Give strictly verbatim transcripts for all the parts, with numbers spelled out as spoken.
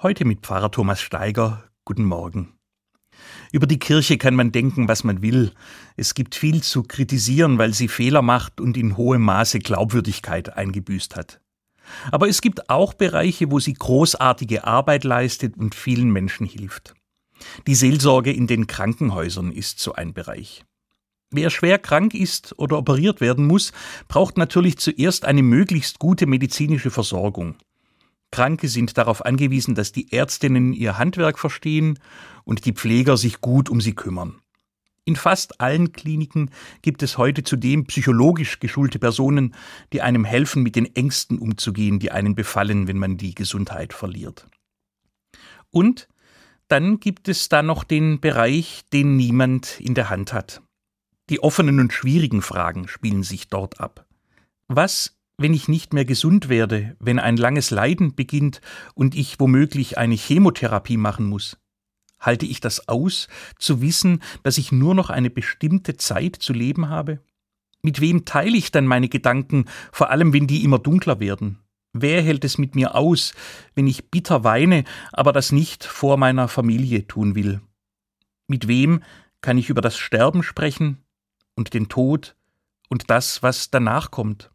Heute mit Pfarrer Thomas Steiger. Guten Morgen. Über die Kirche kann man denken, was man will. Es gibt viel zu kritisieren, weil sie Fehler macht und in hohem Maße Glaubwürdigkeit eingebüßt hat. Aber es gibt auch Bereiche, wo sie großartige Arbeit leistet und vielen Menschen hilft. Die Seelsorge in den Krankenhäusern ist so ein Bereich. Wer schwer krank ist oder operiert werden muss, braucht natürlich zuerst eine möglichst gute medizinische Versorgung. Kranke sind darauf angewiesen, dass die Ärztinnen ihr Handwerk verstehen und die Pfleger sich gut um sie kümmern. In fast allen Kliniken gibt es heute zudem psychologisch geschulte Personen, die einem helfen, mit den Ängsten umzugehen, die einen befallen, wenn man die Gesundheit verliert. Und dann gibt es da noch den Bereich, den niemand in der Hand hat. Die offenen und schwierigen Fragen spielen sich dort ab. Was, wenn ich nicht mehr gesund werde, wenn ein langes Leiden beginnt und ich womöglich eine Chemotherapie machen muss? Halte ich das aus, zu wissen, dass ich nur noch eine bestimmte Zeit zu leben habe? Mit wem teile ich dann meine Gedanken, vor allem wenn die immer dunkler werden? Wer hält es mit mir aus, wenn ich bitter weine, aber das nicht vor meiner Familie tun will? Mit wem kann ich über das Sterben sprechen und den Tod und das, was danach kommt?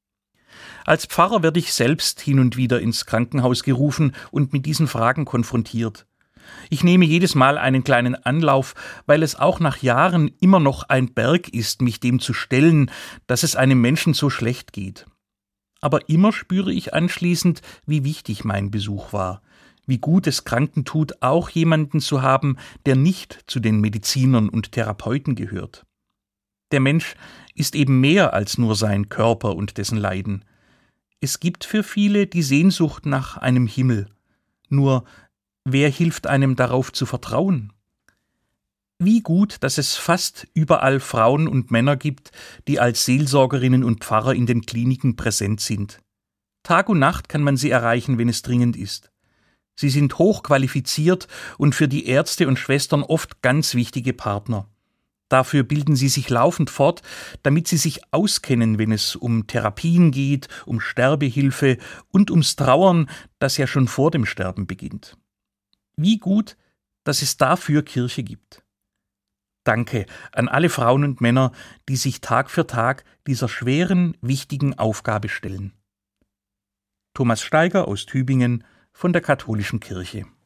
Als Pfarrer werde ich selbst hin und wieder ins Krankenhaus gerufen und mit diesen Fragen konfrontiert. Ich nehme jedes Mal einen kleinen Anlauf, weil es auch nach Jahren immer noch ein Berg ist, mich dem zu stellen, dass es einem Menschen so schlecht geht. Aber immer spüre ich anschließend, wie wichtig mein Besuch war, wie gut es Kranken tut, auch jemanden zu haben, der nicht zu den Medizinern und Therapeuten gehört. Der Mensch ist eben mehr als nur sein Körper und dessen Leiden. Es gibt für viele die Sehnsucht nach einem Himmel. Nur, wer hilft einem darauf zu vertrauen? Wie gut, dass es fast überall Frauen und Männer gibt, die als Seelsorgerinnen und Pfarrer in den Kliniken präsent sind. Tag und Nacht kann man sie erreichen, wenn es dringend ist. Sie sind hochqualifiziert und für die Ärzte und Schwestern oft ganz wichtige Partner. Dafür bilden sie sich laufend fort, damit sie sich auskennen, wenn es um Therapien geht, um Sterbehilfe und ums Trauern, das ja schon vor dem Sterben beginnt. Wie gut, dass es dafür Kirche gibt. Danke an alle Frauen und Männer, die sich Tag für Tag dieser schweren, wichtigen Aufgabe stellen. Thomas Steiger aus Tübingen von der Katholischen Kirche.